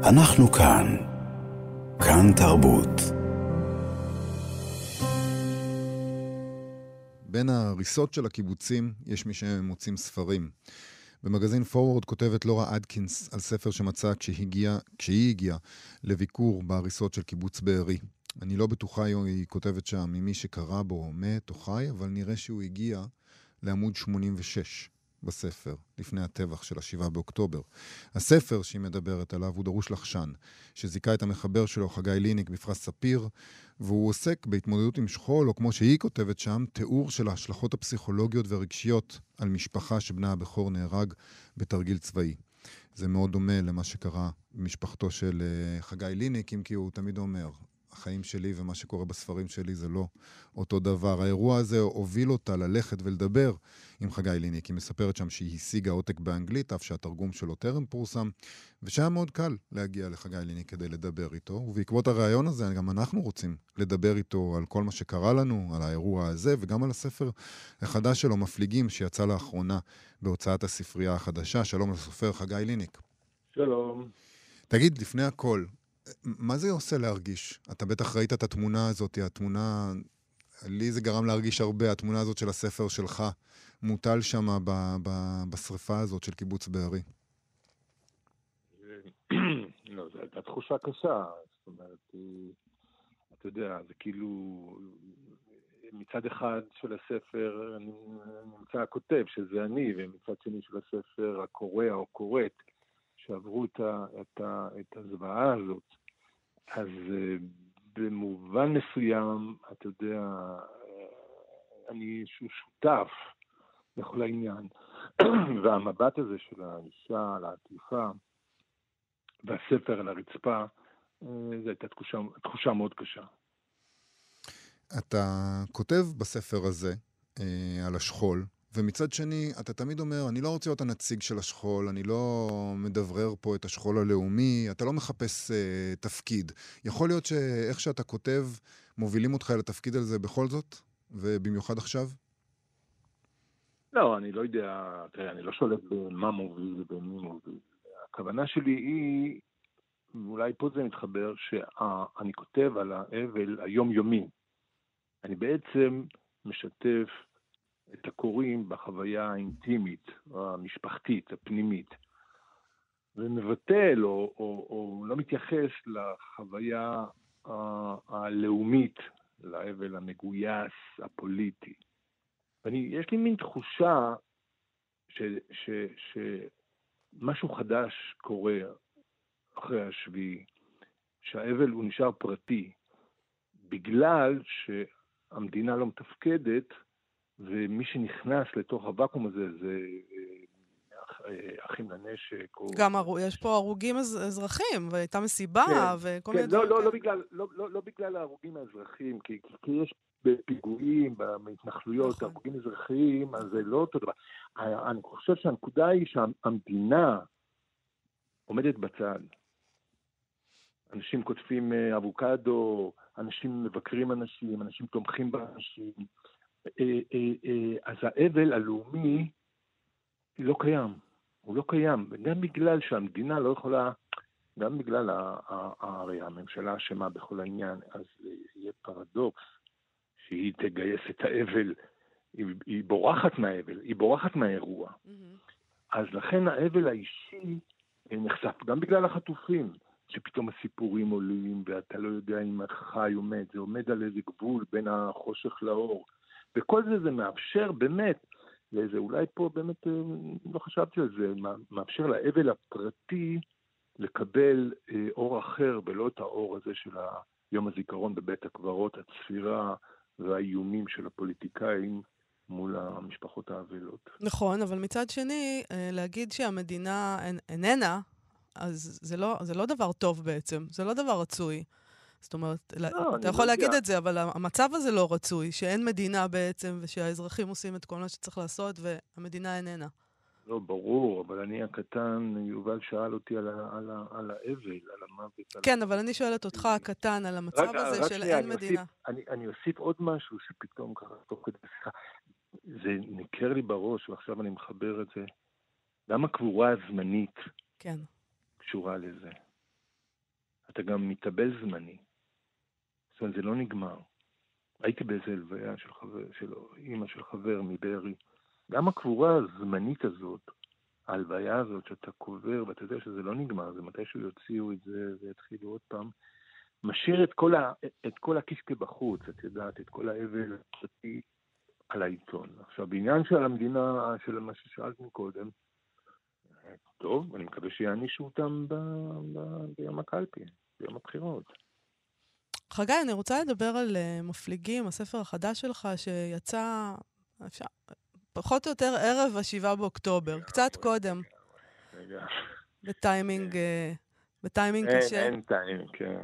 אנחנו כאן. כאן תרבות. בין ההריסות של הקיבוצים יש מי שמוצאים ספרים. במגזין פורוורד כותבת לורה אדקינס על ספר שמצאה כשהיא הגיעה לביקור בהריסות של קיבוץ בארי. אני לא בטוחה היא כותבת שם ממי שקרא בו מת או חי, אבל נראה שהוא הגיע לעמוד 86 בספר, לפני הטבח של ה7 באוקטובר. הספר שהיא מדברת עליו הוא דרוש לחשן, שזיקה את המחבר שלו חגי ליניק בפרס ספיר, והוא עוסק בהתמודדות עם שכול, או כמו שהיא כותבת שם, תיאור של ההשלכות הפסיכולוגיות והרגשיות על משפחה שבנה הבכור נהרג בתרגיל צבאי. זה מאוד דומה למה שקרה במשפחתו של חגי ליניק, אם כי הוא תמיד אומר, החיים שלי ומה שקורה בספרים שלי זה לא אותו דבר. האירוע הזה הוביל אותה ללכת ולדבר עם חגי ליניק. היא מספרת שם שהיא השיגה עותק באנגלית, אף שהתרגום שלו טרם פורסם, ושהיה מאוד קל להגיע לחגי ליניק כדי לדבר איתו. ובעקבות הרעיון הזה, גם אנחנו רוצים לדבר איתו על כל מה שקרה לנו, על האירוע הזה, וגם על הספר החדש שלו, מפליגים, שיצא לאחרונה בהוצאת הספרייה החדשה. שלום לסופר חגי ליניק. שלום. תגיד, לפני הכל, מה זה עושה להרגיש? אתה בטח ראית את התמונה הזאת, התמונה, לי זה גרם להרגיש הרבה, התמונה הזאת של הספר שלך, מוטל שם בשריפה הזאת של קיבוץ בארי. לא, זו הייתה תחושה קשה, זאת אומרת, אתה יודע, זה כאילו, מצד אחד של הספר נמצא הכותב, שזה אני, ומצד שני של הספר הקורא או קוראת, שעברו את הזוועה הזאת. אז במובן מסוים, אתה יודע, אני שותף לכל העניין. והמבט הזה של האישה על העטיפה, והספר על הרצפה, זו הייתה תחושה מאוד קשה. אתה כותב בספר הזה על השכול, ומצד שני, אתה תמיד אומר, אני לא רוצה להיות הנציג של השכול, אני לא מדברר פה את השכול הלאומי, אתה לא מחפש תפקיד. יכול להיות שאיך שאתה כותב, מובילים אותך לתפקיד על זה בכל זאת, ובמיוחד עכשיו? לא, אני לא יודע, אני לא שולט במה מוביל ובמי מוביל. הכוונה שלי היא, אולי פה זה מתחבר, שאני כותב על האבל היומיומי. אני בעצם משתף את הקוראים בחוויה האינטימית, המשפחתית, הפנימית, ומבטל או לא מתייחס לחוויה הלאומית, לאבל המגויס, הפוליטי. יש לי מין תחושה שמשהו חדש קורה אחרי השביעי, שהאבל הוא נשאר פרטי, בגלל שהמדינה לא מתפקדת, ומי שנכנס לתוך הוואקום הזה זה אחים לנשק. גם יש פה הרוגים אזרחים, והייתה מסיבה, וכל מיני דברים. לא בגלל ההרוגים האזרחים, כי יש בפיגועים, בהתנחלויות, הרוגים אזרחיים, אז זה לא אותו דבר. אני חושב שהנקודה היא שהמדינה עומדת בצד. אנשים כותבים אבוקדו, אנשים מבקרים אנשים תומכים באנשים, אז האבל הלאומי לא קיים, הוא לא קיים, וגם בגלל שהמדינה לא יכולה, גם בגלל הרי הממשלה אשמה בכל העניין, אז יהיה פרדוקס שהיא תגייס את האבל, היא בורחת מהאבל, היא בורחת מהאירוע. אז לכן האבל האישי נחשף, גם בגלל החטופים, שפתאום הסיפורים עולים, ואתה לא יודע אם החי עומד, זה עומד על איזה גבול בין החושך לאור, וכל זה מאפשר באמת, וזה אולי פה באמת לא חשבתי על זה, מאפשר לאבל הפרטי לקבל אור אחר, ולא את האור הזה של יום הזיכרון בבית הקברות, הצפירה והאיומים של הפוליטיקאים מול המשפחות האבלות. נכון, אבל מצד שני, להגיד שהמדינה איננה, אז זה לא דבר טוב בעצם, זה לא דבר רצוי. זאת אומרת, אתה יכול להגיד את זה, אבל המצב הזה לא רצוי, שאין מדינה בעצם, ושהאזרחים עושים את כל מה שצריך לעשות, והמדינה איננה. לא, ברור, אבל אני הקטן, יובל שאל אותי על האבל, על המוות. כן, אבל אני שואלת אותך הקטן על המצב הזה של אין מדינה. אני אוסיף עוד משהו שפתאום ככה תוך כדי שיחה. זה נקר לי בראש, ועכשיו אני מחבר את זה. גם הקבורה הזמנית קשורה לזה. אתה גם מתאבל זמני. זאת אומרת, זה לא נגמר. הייתי באיזה הלוויה של אמא של חבר מבארי. גם הקבורה הזמנית הזאת, ההלוויה הזאת שאתה קובר, ואתה יודע שזה לא נגמר, זה מתישהו יוציאו את זה ויתחילו עוד פעם, משאיר את כל הקיסקה בחוץ, את יודעת, את כל האבל הפרטי על העיתון. עכשיו, בעניין של המדינה, של מה ששאלת מקודם, טוב, אני מקווה שיענישו אותם ביום הקלפי, ביום הבחירות. חגי, אני רוצה לדבר על מפליגים, הספר החדש שלך שיצא, פחות או יותר ערב ה-7 באוקטובר, קצת קודם. בטיימינג קשה. אין טיימינג, כן.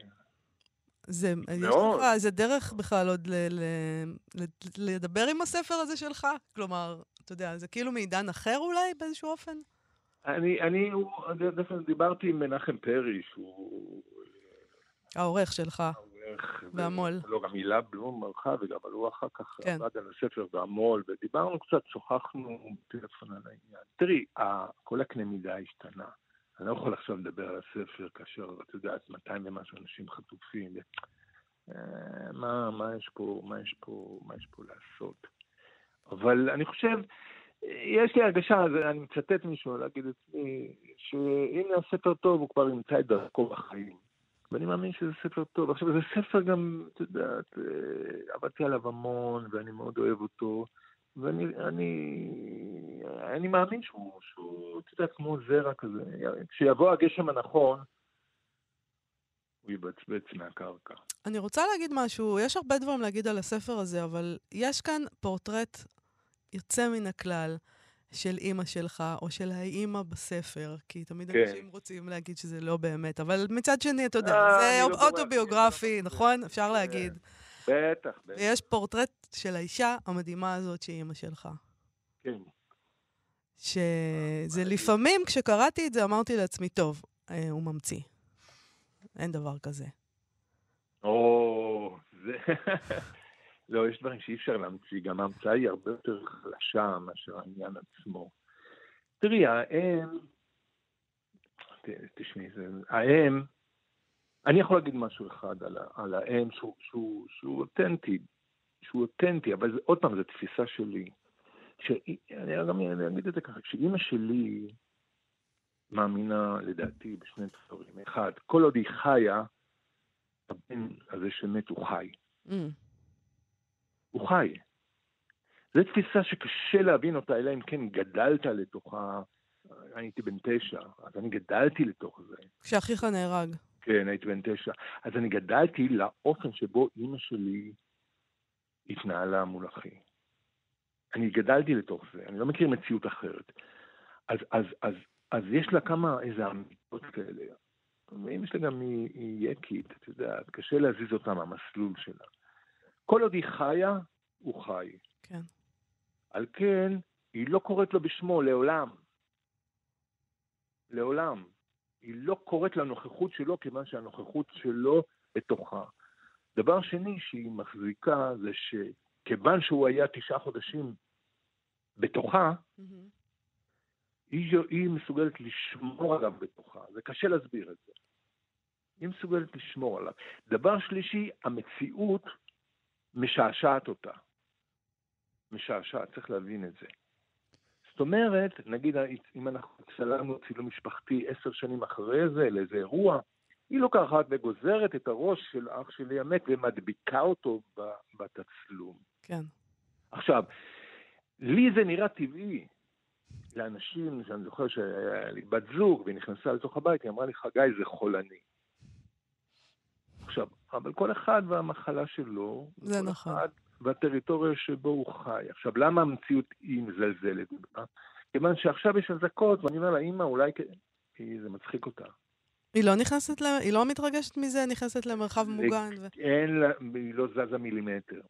יש לך איזה דרך בכלל עוד לדבר עם הספר הזה שלך? כלומר, אתה יודע, זה כאילו מעידן אחר אולי באיזשהו אופן? אני דיברתי עם מנחם פרי, שהוא... העורך שלך, והמול. לא, גם הילה בלום מרחב, אבל הוא אחר כך עבד על הספר והמול, ודיברנו קצת, שוחחנו בטלפון על העניין. תראי, כל הקנה מידה השתנה. אני לא יכול עכשיו לדבר על הספר, כאשר, אתה יודע, 200 ומשהו אנשים חטופים. מה יש פה לעשות? אבל אני חושב, יש לי הרגשה, אני מצטט מישהו להגיד אצלי, שאם הספר טוב, הוא כבר ימצא את דרכו בחיים. ואני מאמין שזה ספר טוב. עכשיו, זה ספר גם, אתה יודעת, עבדתי עליו המון, ואני מאוד אוהב אותו, ואני מאמין שהוא, אתה יודע, כמו זרע כזה. כשיבוא הגשם הנכון, הוא יבצבץ מהקרקע. אני רוצה להגיד משהו, יש הרבה דברים להגיד על הספר הזה, אבל יש כאן פורטרט יוצא מן הכלל של אימא שלך, או של האימא בספר, כי תמיד אנשים רוצים להגיד שזה לא באמת, אבל מצד שני, אתה יודע, זה אוטוביוגרפי, נכון? אפשר להגיד. בטח. ויש פורטרט של האישה המדהימה הזאת שהיא אימא שלך. כן. שזה לפעמים, כשקראתי את זה, אמרתי לעצמי, טוב, הוא ממציא. אין דבר כזה. זה... לא, יש דברים שאי אפשר להמציא, גם ההמצאה היא הרבה יותר חלשה מאשר העניין עצמו. תראי, אני יכול להגיד משהו אחד על האם שהוא אותנטי, אבל עוד פעם, זו תפיסה שלי. אני גם אגיד את זה ככה, כשאימא שלי מאמינה לדעתי בשני דברים. אחד, כל עוד היא חיה, הבן הזה שמת הוא חי. הוא חי. זו תפיסה שקשה להבין אותה, אלא אם כן גדלת לתוכה. אני הייתי בן 9, אז אני גדלתי לתוך זה. כשאחיך נהרג. כן, הייתי בן 9. אז אני גדלתי לאופן שבו אמא שלי התנהלה מול אחי. אני גדלתי לתוך זה, אני לא מכיר מציאות אחרת. אז יש לה איזה אמיתות כאלה. ואמא שלי גם היא יקית, אתה יודע, קשה להזיז אותה מהמסלול שלה. כל עוד היא חיה, הוא חי. כן. על כן, היא לא קוראת לו בשמו לעולם. לעולם. היא לא קוראת לנוכחות שלו, כיוון שהנוכחות שלו בתוכה. דבר שני שהיא מחזיקה, זה שכיוון שהוא היה 9 חודשים בתוכה, היא מסוגלת לשמור עליו בתוכה. זה קשה להסביר את זה. היא מסוגלת לשמור עליו. דבר שלישי, המציאות משעשעת אותה. משעשעת, צריך להבין את זה. זאת אומרת, נגיד, אם אנחנו צלמנו צילום משפחתי 10 שנים אחרי זה, לאיזה אירוע, היא לוקחת וגוזרת את הראש של אח שלי המת, ומדביקה אותו בתצלום. כן. עכשיו, לי זה נראה טבעי. לאנשים, שאני זוכר שהיה לי בת זוג, והיא נכנסה לתוך הבית, היא אמרה לי, חגי, זה חולני. עכשיו, אבל כל אחד והמחלה שלו, זה נכון. אחד והטריטוריה שבו הוא חי. עכשיו, למה המציאות היא מזלזלת? כיוון שעכשיו יש אזעקות, ואני אומר לה, אמא, אולי כי זה מצחיק אותה. היא לא נכנסת, היא לא מתרגשת מזה, נכנסת למרחב מוגן. אין לה, היא לא זזה מילימטר.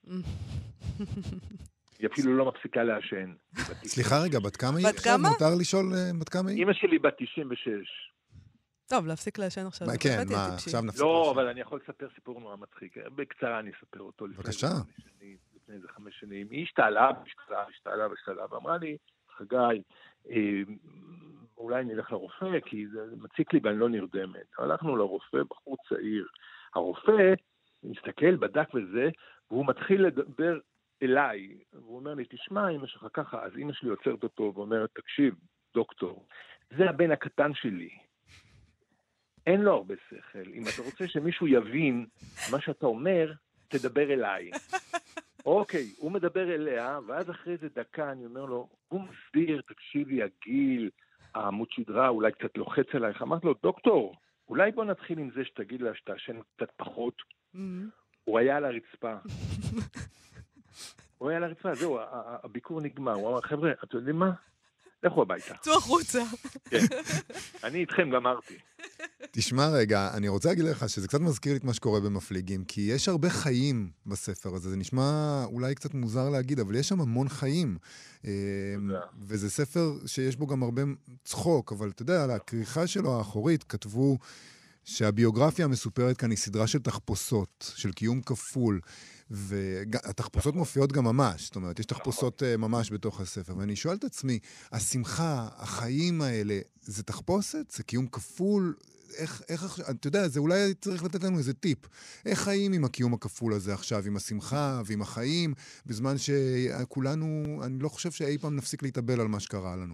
היא אפילו לא מפסיקה לעשן. סליחה רגע, בת כמה היא? בת כמה? מותר לשאול בת כמה היא? אמא שלי בת 96. טוב, להפסיק לעשן עכשיו. כן, מה, עכשיו נפסיק. לא, אבל אני יכול לספר סיפור נורא מצחיק. בקצרה אני אספר אותו. בבקשה. לפני איזה 5 שנים. היא השתעלה, ואמרה לי, חגי, אולי נלך לרופא, כי זה מציק לי ואני לא נרדמת. הלכנו לרופא, בחור צעיר. הרופא מסתכל, בדק וזה, והוא מתחיל לדבר אליי. והוא אומר לי, תשמע, אמא שלך ככה, אז אמא שלי עוצרת אותו ואומרת, תקשיב, דוקטור, זה הבן הקטן שלי. אין לו הרבה שכל. אם אתה רוצה שמישהו יבין מה שאתה אומר, תדבר אליי. אוקיי, הוא מדבר אליה, ואז אחרי איזה דקה אני אומר לו, הוא מסביר, תקשיבי, הגיל, העמוד שדרה, אולי קצת לוחץ עלייך. אמרתי לו, דוקטור, אולי בוא נתחיל עם זה שתגיד לה שאתה שן קצת פחות. הוא היה על הרצפה. הוא היה על הרצפה, זהו, הביקור נגמר. הוא אמר, חבר'ה, אתם יודעים מה? לכו הביתה. צאו החוצה. כן, אני איתכם גמרתי. תשמע רגע, אני רוצה להגיד לך שזה קצת מזכיר לי את מה שקורה במפליגים, כי יש הרבה חיים בספר הזה, זה נשמע אולי קצת מוזר להגיד, אבל יש שם המון חיים. וזה ספר שיש בו גם הרבה צחוק, אבל אתה יודע, על הכריכה שלו האחורית כתבו שהביוגרפיה המסופרת כאן היא סדרה של תחפושות, של קיום כפול, והתחפושות מופיעות גם ממש, זאת אומרת, יש תחפושות ממש בתוך הספר, ואני שואל את עצמי, השמחה, החיים האלה, זה תחפושת? זה קיום כפול? איך, אתה יודע, זה אולי צריך לתת לנו איזה טיפ. איך חיים עם הקיום הכפול הזה עכשיו, עם השמחה ועם החיים, בזמן שכולנו, אני לא חושב שאי פעם נפסיק להתאבל על מה שקרה לנו.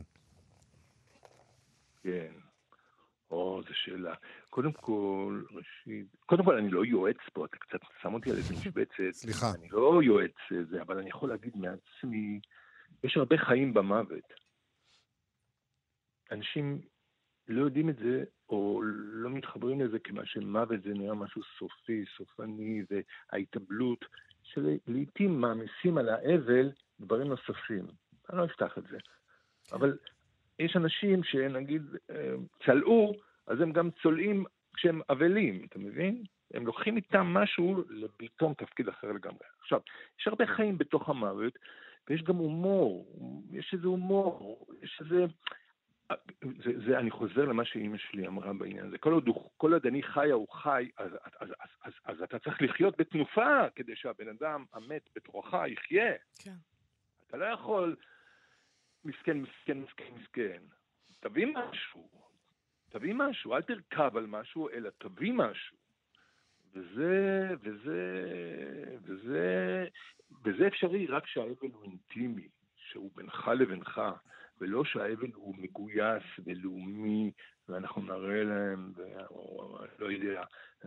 כן. זו שאלה. קודם כל, אני לא יועץ פה, אתה קצת שם אותי על איזה משבצת. סליחה. אני לא יועץ זה, אבל אני יכול להגיד מעצמי, יש הרבה חיים במוות. אנשים לא יודעים את זה, או לא מתחברים לזה כמה שמוות זה נראה משהו סופי, סופני, וההתאבלות, שלעיתים מעמיסים על האבל דברים נוספים. אני לא אפתח את זה. אבל יש אנשים שנגיד צלעו, אז הם גם צולעים כשהם אבלים, אתה מבין? הם לוקחים איתם משהו לפתאום תפקיד אחר לגמרי. עכשיו, יש הרבה חיים בתוך המוות, ויש גם הומור, יש איזה הומור, יש איזה... אני חוזר למה שאמא שלי אמרה בעניין הזה. כל עוד אני חיה הוא חי, אז אתה צריך לחיות בתנופה, כדי שהבן אדם המת בתוכך יחיה. כן. אתה לא יכול... מסכן, תביא משהו, אל תרכב על משהו, אלא תביא משהו. וזה אפשרי רק שהאבל הוא אינטימי, שהוא בינך לבינך, ולא שהאבל הוא מגויס ולאומי, ואנחנו נראה להם, לא יודע,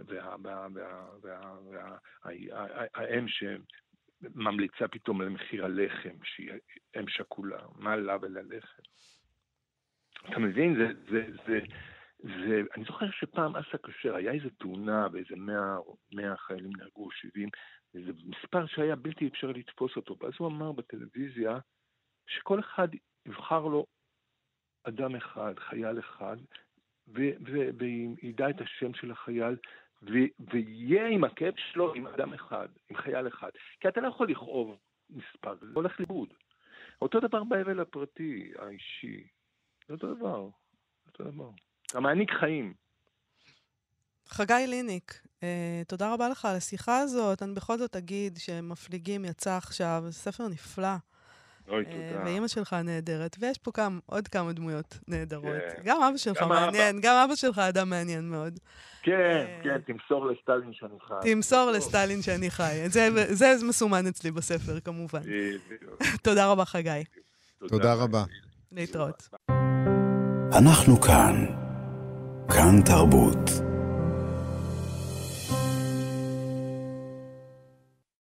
והאם ממליצה פתאום למחיר הלחם, שהיא אם שכולה, מה לה וללחם. אתה מבין? אני זוכר שפעם אסא כשר, היה איזו תאונה, ואיזה 100 חיילים נהרגו, 70, איזה מספר שהיה בלתי אפשר לתפוס אותו, ואז הוא אמר בטלוויזיה, שכל אחד יבחר לו אדם אחד, חייל אחד, וידע את השם של החייל, ויהיה עם הכאב שלו עם אדם אחד, עם חייל אחד. כי אתה לא יכול לכאוב מספר, זה הולך לאיבוד. אותו דבר באבל הפרטי, האישי. זה אותו דבר. אתה מעניק חיים. חגי ליניק, תודה רבה לך על השיחה הזאת. אני בכל זאת אגיד שמפליגים יצא עכשיו, ספר נפלא. אוי, תודה. ואמא שלך נהדרת, ויש פה עוד כמה דמויות נהדרות. גם אבא שלך מעניין, גם אבא שלך אדם מעניין מאוד. כן, תמסור לסטלין שאני חי. תמסור לסטלין שאני חי. זה מסומן אצלי בספר, כמובן. תודה רבה, חגי. תודה רבה. להתראות. אנחנו כאן תרבות.